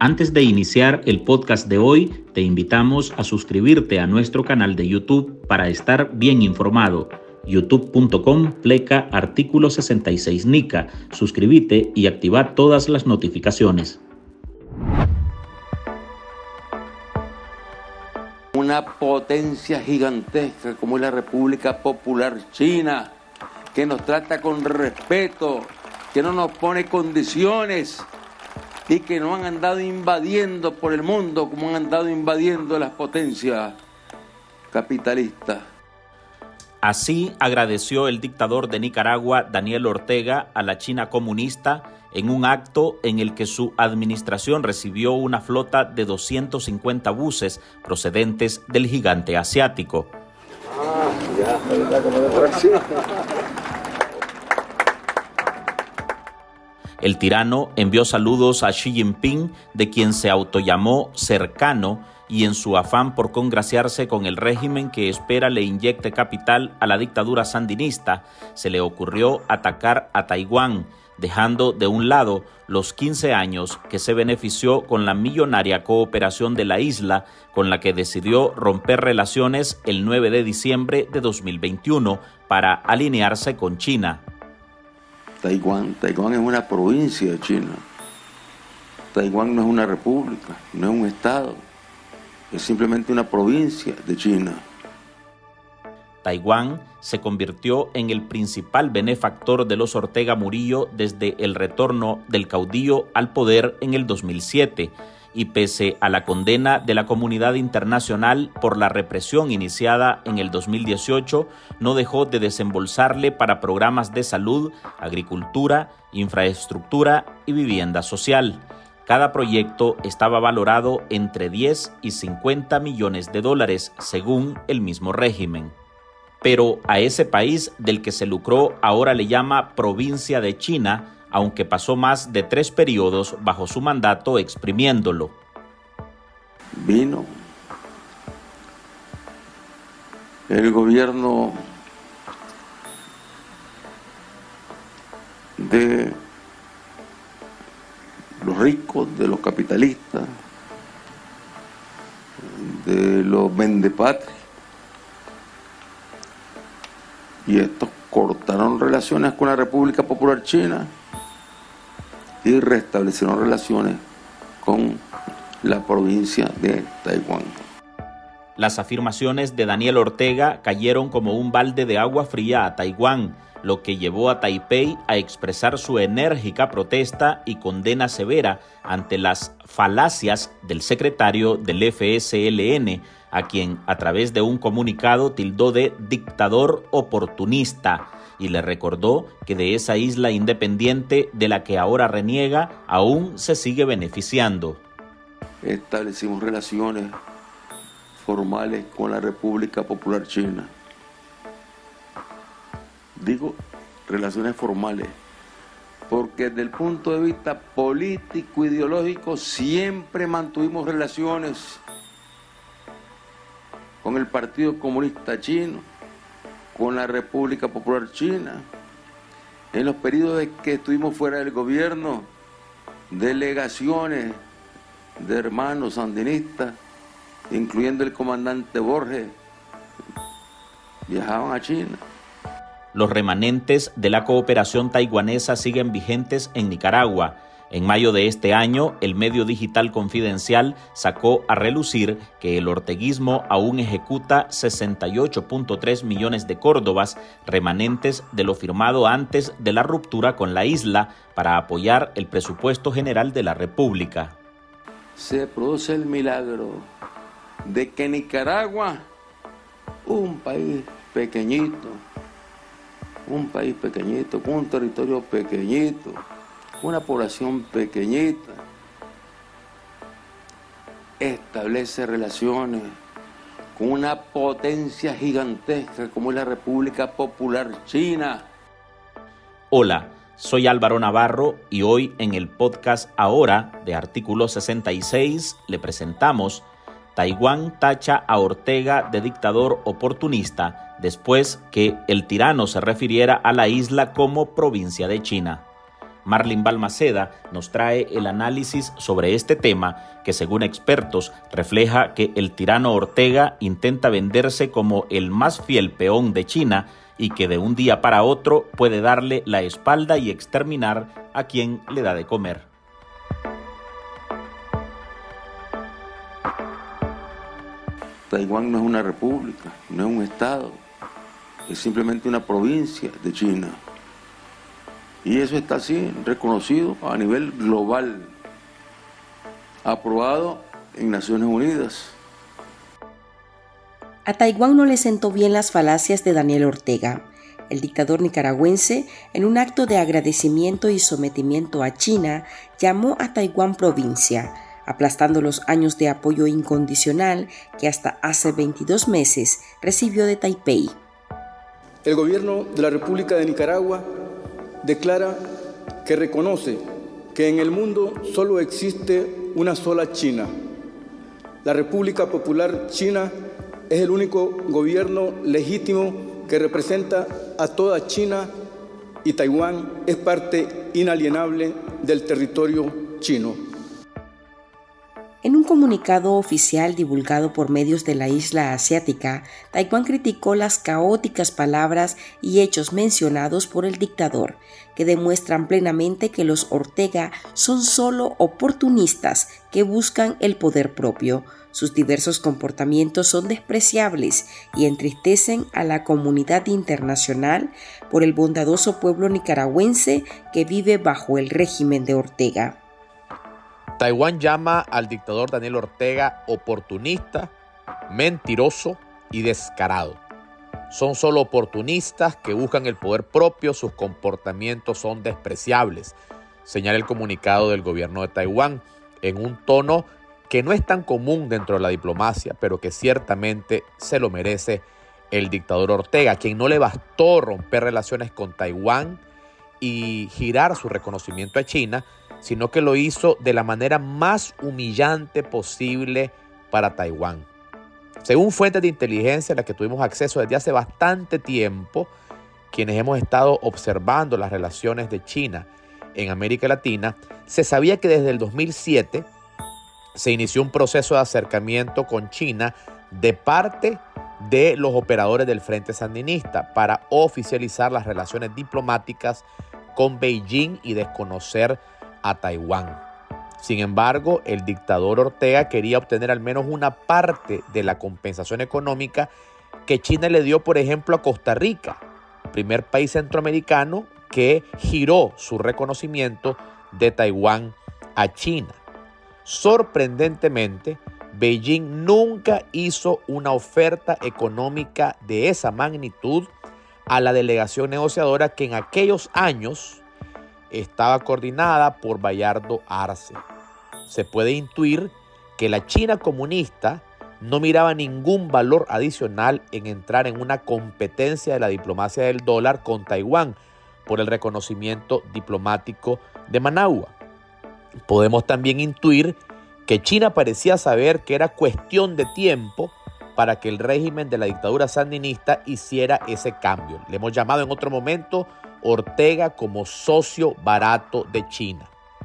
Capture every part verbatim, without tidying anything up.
Antes de iniciar el podcast de hoy, te invitamos a suscribirte a nuestro canal de YouTube para estar bien informado. youtube punto com pleca artículo sesenta y seis Nica. Suscríbete y activa todas las notificaciones. Una potencia gigantesca como es la República Popular China, que nos trata con respeto, que no nos pone condiciones y que no han andado invadiendo por el mundo como han andado invadiendo las potencias capitalistas. Así agradeció el dictador de Nicaragua, Daniel Ortega, a la China comunista en un acto en el que su administración recibió una flota de doscientos cincuenta buses procedentes del gigante asiático. Ah, ya, ¿verdad? Como de atracción. El tirano envió saludos a Xi Jinping, de quien se autollamó cercano, y en su afán por congraciarse con el régimen que espera le inyecte capital a la dictadura sandinista, se le ocurrió atacar a Taiwán, dejando de un lado los quince años que se benefició con la millonaria cooperación de la isla, con la que decidió romper relaciones el nueve de diciembre de dos mil veintiuno para alinearse con China. Taiwán, Taiwán es una provincia de China. Taiwán no es una república, no es un estado, es simplemente una provincia de China. Taiwán se convirtió en el principal benefactor de los Ortega Murillo desde el retorno del caudillo al poder en el dos mil siete, y pese a la condena de la comunidad internacional por la represión iniciada en el dos mil dieciocho, no dejó de desembolsarle para programas de salud, agricultura, infraestructura y vivienda social. Cada proyecto estaba valorado entre diez y cincuenta millones de dólares, según el mismo régimen. Pero a ese país del que se lucró ahora le llama provincia de China, aunque pasó más de tres periodos bajo su mandato exprimiéndolo. Vino el gobierno de los ricos, de los capitalistas, de los vendepatrias, y estos cortaron relaciones con la República Popular China y restablecieron relaciones con la provincia de Taiwán. Las afirmaciones de Daniel Ortega cayeron como un balde de agua fría a Taiwán, lo que llevó a Taipei a expresar su enérgica protesta y condena severa ante las falacias del secretario del F S L N, a quien a través de un comunicado tildó de dictador oportunista, y le recordó que de esa isla independiente de la que ahora reniega aún se sigue beneficiando. Establecimos relaciones formales con la República Popular China. Digo relaciones formales, porque desde el punto de vista político, ideológico, siempre mantuvimos relaciones con el Partido Comunista Chino, con la República Popular China. En los periodos en que estuvimos fuera del gobierno, delegaciones de hermanos sandinistas, incluyendo el comandante Borges, viajaban a China. Los remanentes de la cooperación taiwanesa siguen vigentes en Nicaragua. En mayo de este año, el medio digital Confidencial sacó a relucir que el orteguismo aún ejecuta sesenta y ocho punto tres millones de córdobas, remanentes de lo firmado antes de la ruptura con la isla, para apoyar el presupuesto general de la República. Se produce el milagro de que Nicaragua, un país pequeñito, un país pequeñito, con un territorio pequeñito, una población pequeñita, establece relaciones con una potencia gigantesca como es la República Popular China. Hola, soy Álvaro Navarro y hoy en el podcast Ahora de Artículo sesenta y seis le presentamos: Taiwán tacha a Ortega de dictador oportunista después que el tirano se refiriera a la isla como provincia de China. Marlin Balmaceda nos trae el análisis sobre este tema que, según expertos, refleja que el tirano Ortega intenta venderse como el más fiel peón de China y que de un día para otro puede darle la espalda y exterminar a quien le da de comer. Taiwán no es una república, no es un estado, es simplemente una provincia de China. Y eso está así, reconocido a nivel global, aprobado en Naciones Unidas. A Taiwán no le sentó bien las falacias de Daniel Ortega. El dictador nicaragüense, en un acto de agradecimiento y sometimiento a China, llamó a Taiwán provincia, aplastando los años de apoyo incondicional que hasta hace veintidós meses recibió de Taipei. El gobierno de la República de Nicaragua declara que reconoce que en el mundo solo existe una sola China. La República Popular China es el único gobierno legítimo que representa a toda China y Taiwán es parte inalienable del territorio chino. En un comunicado oficial divulgado por medios de la isla asiática, Taiwán criticó las caóticas palabras y hechos mencionados por el dictador, que demuestran plenamente que los Ortega son solo oportunistas que buscan el poder propio. Sus diversos comportamientos son despreciables y entristecen a la comunidad internacional por el bondadoso pueblo nicaragüense que vive bajo el régimen de Ortega. Taiwán llama al dictador Daniel Ortega oportunista, mentiroso y descarado. Son solo oportunistas que buscan el poder propio, sus comportamientos son despreciables, señala el comunicado del gobierno de Taiwán, en un tono que no es tan común dentro de la diplomacia, pero que ciertamente se lo merece el dictador Ortega, quien no le bastó romper relaciones con Taiwán y girar su reconocimiento a China, sino que lo hizo de la manera más humillante posible para Taiwán. Según fuentes de inteligencia a las que tuvimos acceso desde hace bastante tiempo, quienes hemos estado observando las relaciones de China en América Latina, se sabía que desde el dos mil siete se inició un proceso de acercamiento con China de parte de los operadores del Frente Sandinista para oficializar las relaciones diplomáticas con Beijing y desconocer a Taiwán. Sin embargo, el dictador Ortega quería obtener al menos una parte de la compensación económica que China le dio, por ejemplo, a Costa Rica, primer país centroamericano que giró su reconocimiento de Taiwán a China. Sorprendentemente, Beijing nunca hizo una oferta económica de esa magnitud a la delegación negociadora que en aquellos años estaba coordinada por Bayardo Arce. Se puede intuir que la China comunista no miraba ningún valor adicional en entrar en una competencia de la diplomacia del dólar con Taiwán por el reconocimiento diplomático de Managua. Podemos también intuir que China parecía saber que era cuestión de tiempo para que el régimen de la dictadura sandinista hiciera ese cambio. Le hemos llamado en otro momento Ortega como socio barato de China.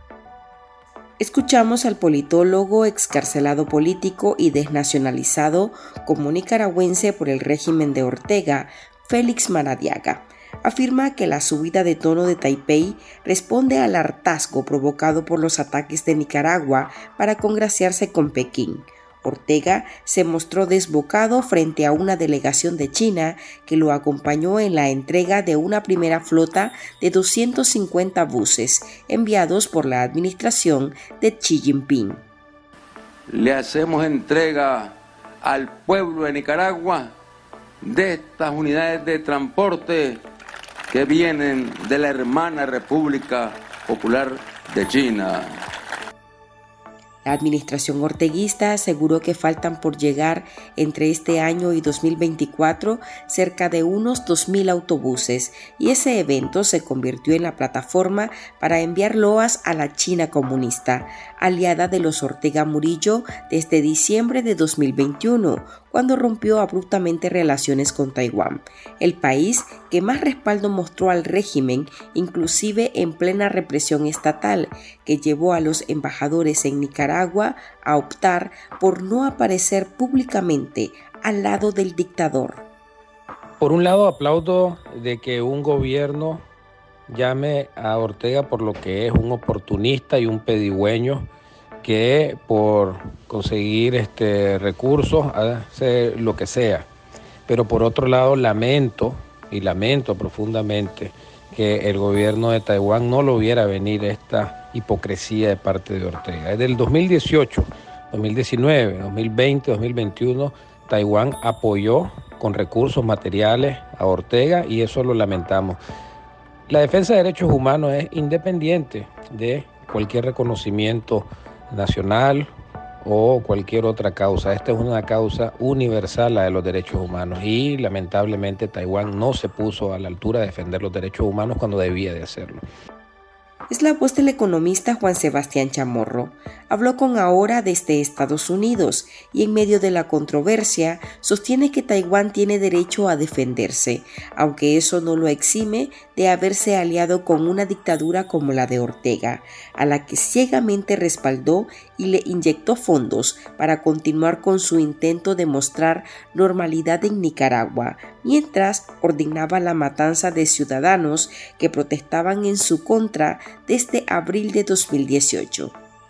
Escuchamos al politólogo, excarcelado político y desnacionalizado como nicaragüense por el régimen de Ortega, Félix Maradiaga. Afirma que la subida de tono de Taipei responde al hartazgo provocado por los ataques de Nicaragua para congraciarse con Pekín. Ortega se mostró desbocado frente a una delegación de China que lo acompañó en la entrega de una primera flota de doscientos cincuenta buses enviados por la administración de Xi Jinping. Le hacemos entrega al pueblo de Nicaragua de estas unidades de transporte que vienen de la hermana República Popular de China. La administración orteguista aseguró que faltan por llegar entre este año y dos mil veinticuatro cerca de unos dos mil autobuses, y ese evento se convirtió en la plataforma para enviar loas a la China comunista, aliada de los Ortega Murillo desde diciembre de dos mil veintiuno, cuando rompió abruptamente relaciones con Taiwán, el país que más respaldo mostró al régimen, inclusive en plena represión estatal, que llevó a los embajadores en Nicaragua a optar por no aparecer públicamente al lado del dictador. Por un lado, aplaudo de que un gobierno llame a Ortega por lo que es un oportunista y un pedigüeño que por conseguir este, recursos hace lo que sea. Pero por otro lado, lamento y lamento profundamente que el gobierno de Taiwán no lo viera venir esta hipocresía de parte de Ortega. Desde el dos mil dieciocho, dos mil diecinueve, dos mil veinte, dos mil veintiuno, Taiwán apoyó con recursos materiales a Ortega y eso lo lamentamos. La defensa de derechos humanos es independiente de cualquier reconocimiento nacional o cualquier otra causa. Esta es una causa universal, la de los derechos humanos, y lamentablemente Taiwán no se puso a la altura de defender los derechos humanos cuando debía de hacerlo. Es la voz del economista Juan Sebastián Chamorro. Habló con Ahora desde Estados Unidos y en medio de la controversia sostiene que Taiwán tiene derecho a defenderse, aunque eso no lo exime de haberse aliado con una dictadura como la de Ortega, a la que ciegamente respaldó y le inyectó fondos para continuar con su intento de mostrar normalidad en Nicaragua, mientras ordenaba la matanza de ciudadanos que protestaban en su contra desde abril de dos mil dieciocho.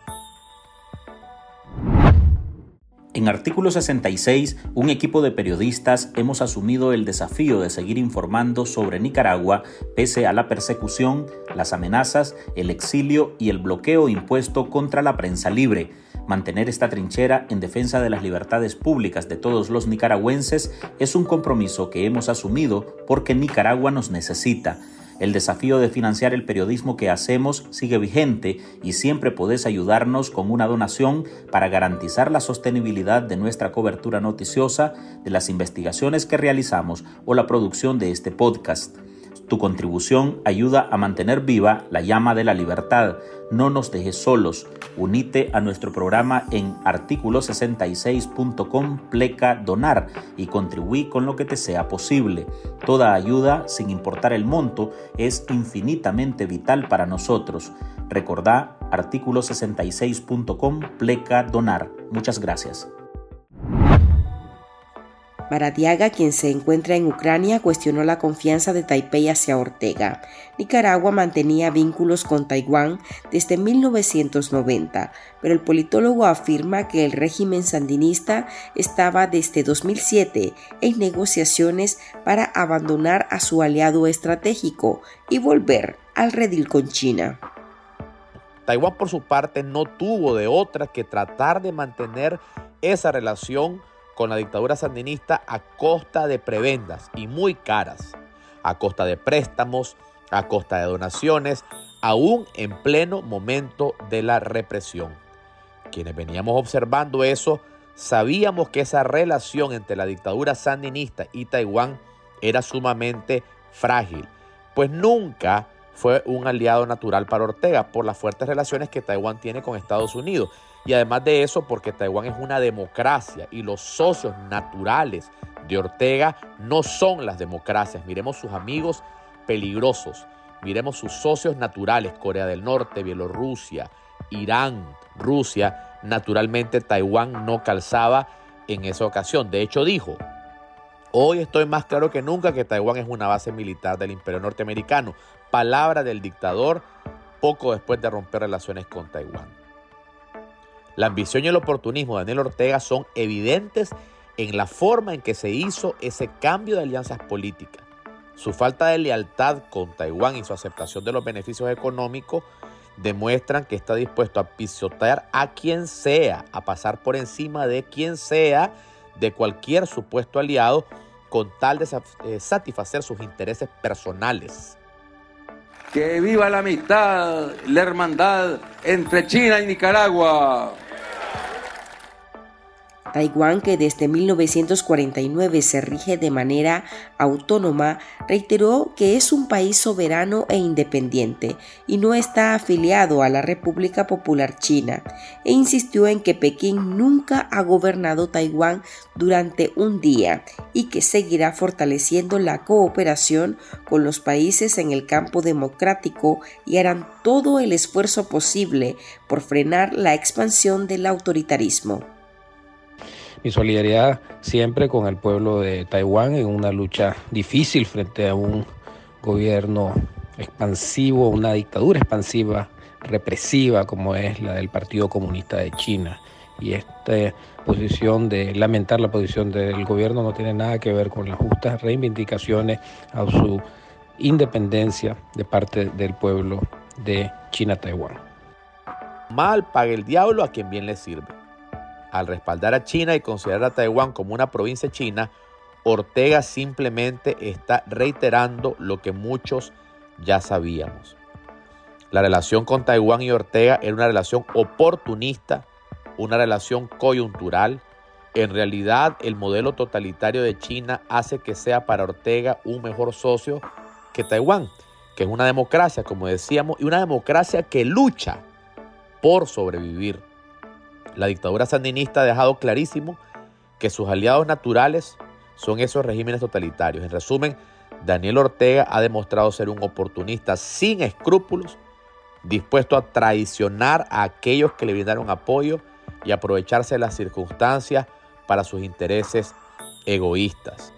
En Artículo sesenta y seis, un equipo de periodistas hemos asumido el desafío de seguir informando sobre Nicaragua pese a la persecución, las amenazas, el exilio y el bloqueo impuesto contra la prensa libre. Mantener esta trinchera en defensa de las libertades públicas de todos los nicaragüenses es un compromiso que hemos asumido porque Nicaragua nos necesita. El desafío de financiar el periodismo que hacemos sigue vigente y siempre podés ayudarnos con una donación para garantizar la sostenibilidad de nuestra cobertura noticiosa, de las investigaciones que realizamos o la producción de este podcast. Tu contribución ayuda a mantener viva la llama de la libertad. No nos dejes solos. Unite a nuestro programa en artículo sesenta y seis punto com pleca donar y contribuí con lo que te sea posible. Toda ayuda, sin importar el monto, es infinitamente vital para nosotros. Recordá artículo sesenta y seis punto com pleca donar. Muchas gracias. Maradiaga, quien se encuentra en Ucrania, cuestionó la confianza de Taipei hacia Ortega. Nicaragua mantenía vínculos con Taiwán desde mil novecientos noventa, pero el politólogo afirma que el régimen sandinista estaba desde dos mil siete en negociaciones para abandonar a su aliado estratégico y volver al redil con China. Taiwán, por su parte, no tuvo de otra que tratar de mantener esa relación con la dictadura sandinista a costa de prebendas y muy caras, a costa de préstamos, a costa de donaciones, aún en pleno momento de la represión. Quienes veníamos observando eso, sabíamos que esa relación entre la dictadura sandinista y Taiwán era sumamente frágil, pues nunca fue un aliado natural para Ortega por las fuertes relaciones que Taiwán tiene con Estados Unidos. Y además de eso, porque Taiwán es una democracia y los socios naturales de Ortega no son las democracias. Miremos sus amigos peligrosos, miremos sus socios naturales, Corea del Norte, Bielorrusia, Irán, Rusia. Naturalmente Taiwán no calzaba en esa ocasión. De hecho dijo: hoy estoy más claro que nunca que Taiwán es una base militar del imperio norteamericano. Palabra del dictador poco después de romper relaciones con Taiwán. La ambición y el oportunismo de Daniel Ortega son evidentes en la forma en que se hizo ese cambio de alianzas políticas. Su falta de lealtad con Taiwán y su aceptación de los beneficios económicos demuestran que está dispuesto a pisotear a quien sea, a pasar por encima de quien sea, de cualquier supuesto aliado, con tal de eh, satisfacer sus intereses personales. Que viva la amistad, la hermandad entre China y Nicaragua. Taiwán, que desde mil novecientos cuarenta y nueve se rige de manera autónoma, reiteró que es un país soberano e independiente y no está afiliado a la República Popular China, e insistió en que Pekín nunca ha gobernado Taiwán durante un día y que seguirá fortaleciendo la cooperación con los países en el campo democrático y harán todo el esfuerzo posible por frenar la expansión del autoritarismo. Mi solidaridad siempre con el pueblo de Taiwán en una lucha difícil frente a un gobierno expansivo, una dictadura expansiva, represiva como es la del Partido Comunista de China. Y esta posición de lamentar la posición del gobierno no tiene nada que ver con las justas reivindicaciones a su independencia de parte del pueblo de China-Taiwán. Mal pague el diablo a quien bien le sirve. Al respaldar a China y considerar a Taiwán como una provincia china, Ortega simplemente está reiterando lo que muchos ya sabíamos. La relación con Taiwán y Ortega era una relación oportunista, una relación coyuntural. En realidad, el modelo totalitario de China hace que sea para Ortega un mejor socio que Taiwán, que es una democracia, como decíamos, y una democracia que lucha por sobrevivir. La dictadura sandinista ha dejado clarísimo que sus aliados naturales son esos regímenes totalitarios. En resumen, Daniel Ortega ha demostrado ser un oportunista sin escrúpulos, dispuesto a traicionar a aquellos que le brindaron apoyo y aprovecharse de las circunstancias para sus intereses egoístas.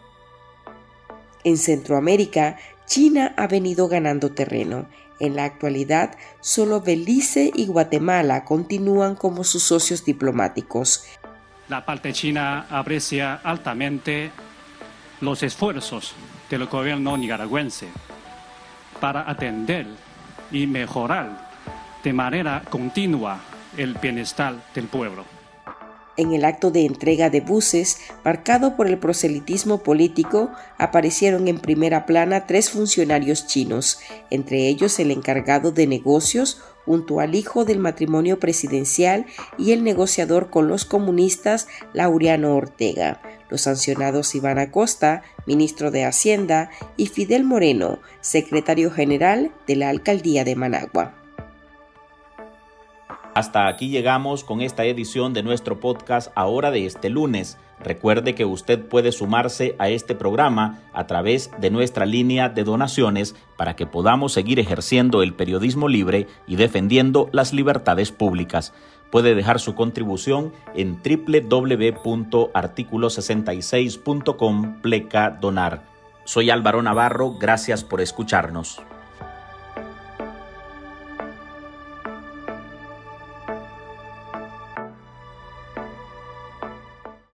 En Centroamérica, China ha venido ganando terreno. En la actualidad, solo Belice y Guatemala continúan como sus socios diplomáticos. La parte china aprecia altamente los esfuerzos del gobierno nicaragüense para atender y mejorar de manera continua el bienestar del pueblo. En el acto de entrega de buses, marcado por el proselitismo político, aparecieron en primera plana tres funcionarios chinos, entre ellos el encargado de negocios, junto al hijo del matrimonio presidencial y el negociador con los comunistas, Laureano Ortega. Los sancionados Iván Acosta, ministro de Hacienda, y Fidel Moreno, secretario general de la Alcaldía de Managua. Hasta aquí llegamos con esta edición de nuestro podcast Ahora de este lunes. Recuerde que usted puede sumarse a este programa a través de nuestra línea de donaciones para que podamos seguir ejerciendo el periodismo libre y defendiendo las libertades públicas. Puede dejar su contribución en doble u doble u doble u punto artículo sesenta y seis punto com pleca donar. Soy Álvaro Navarro, gracias por escucharnos.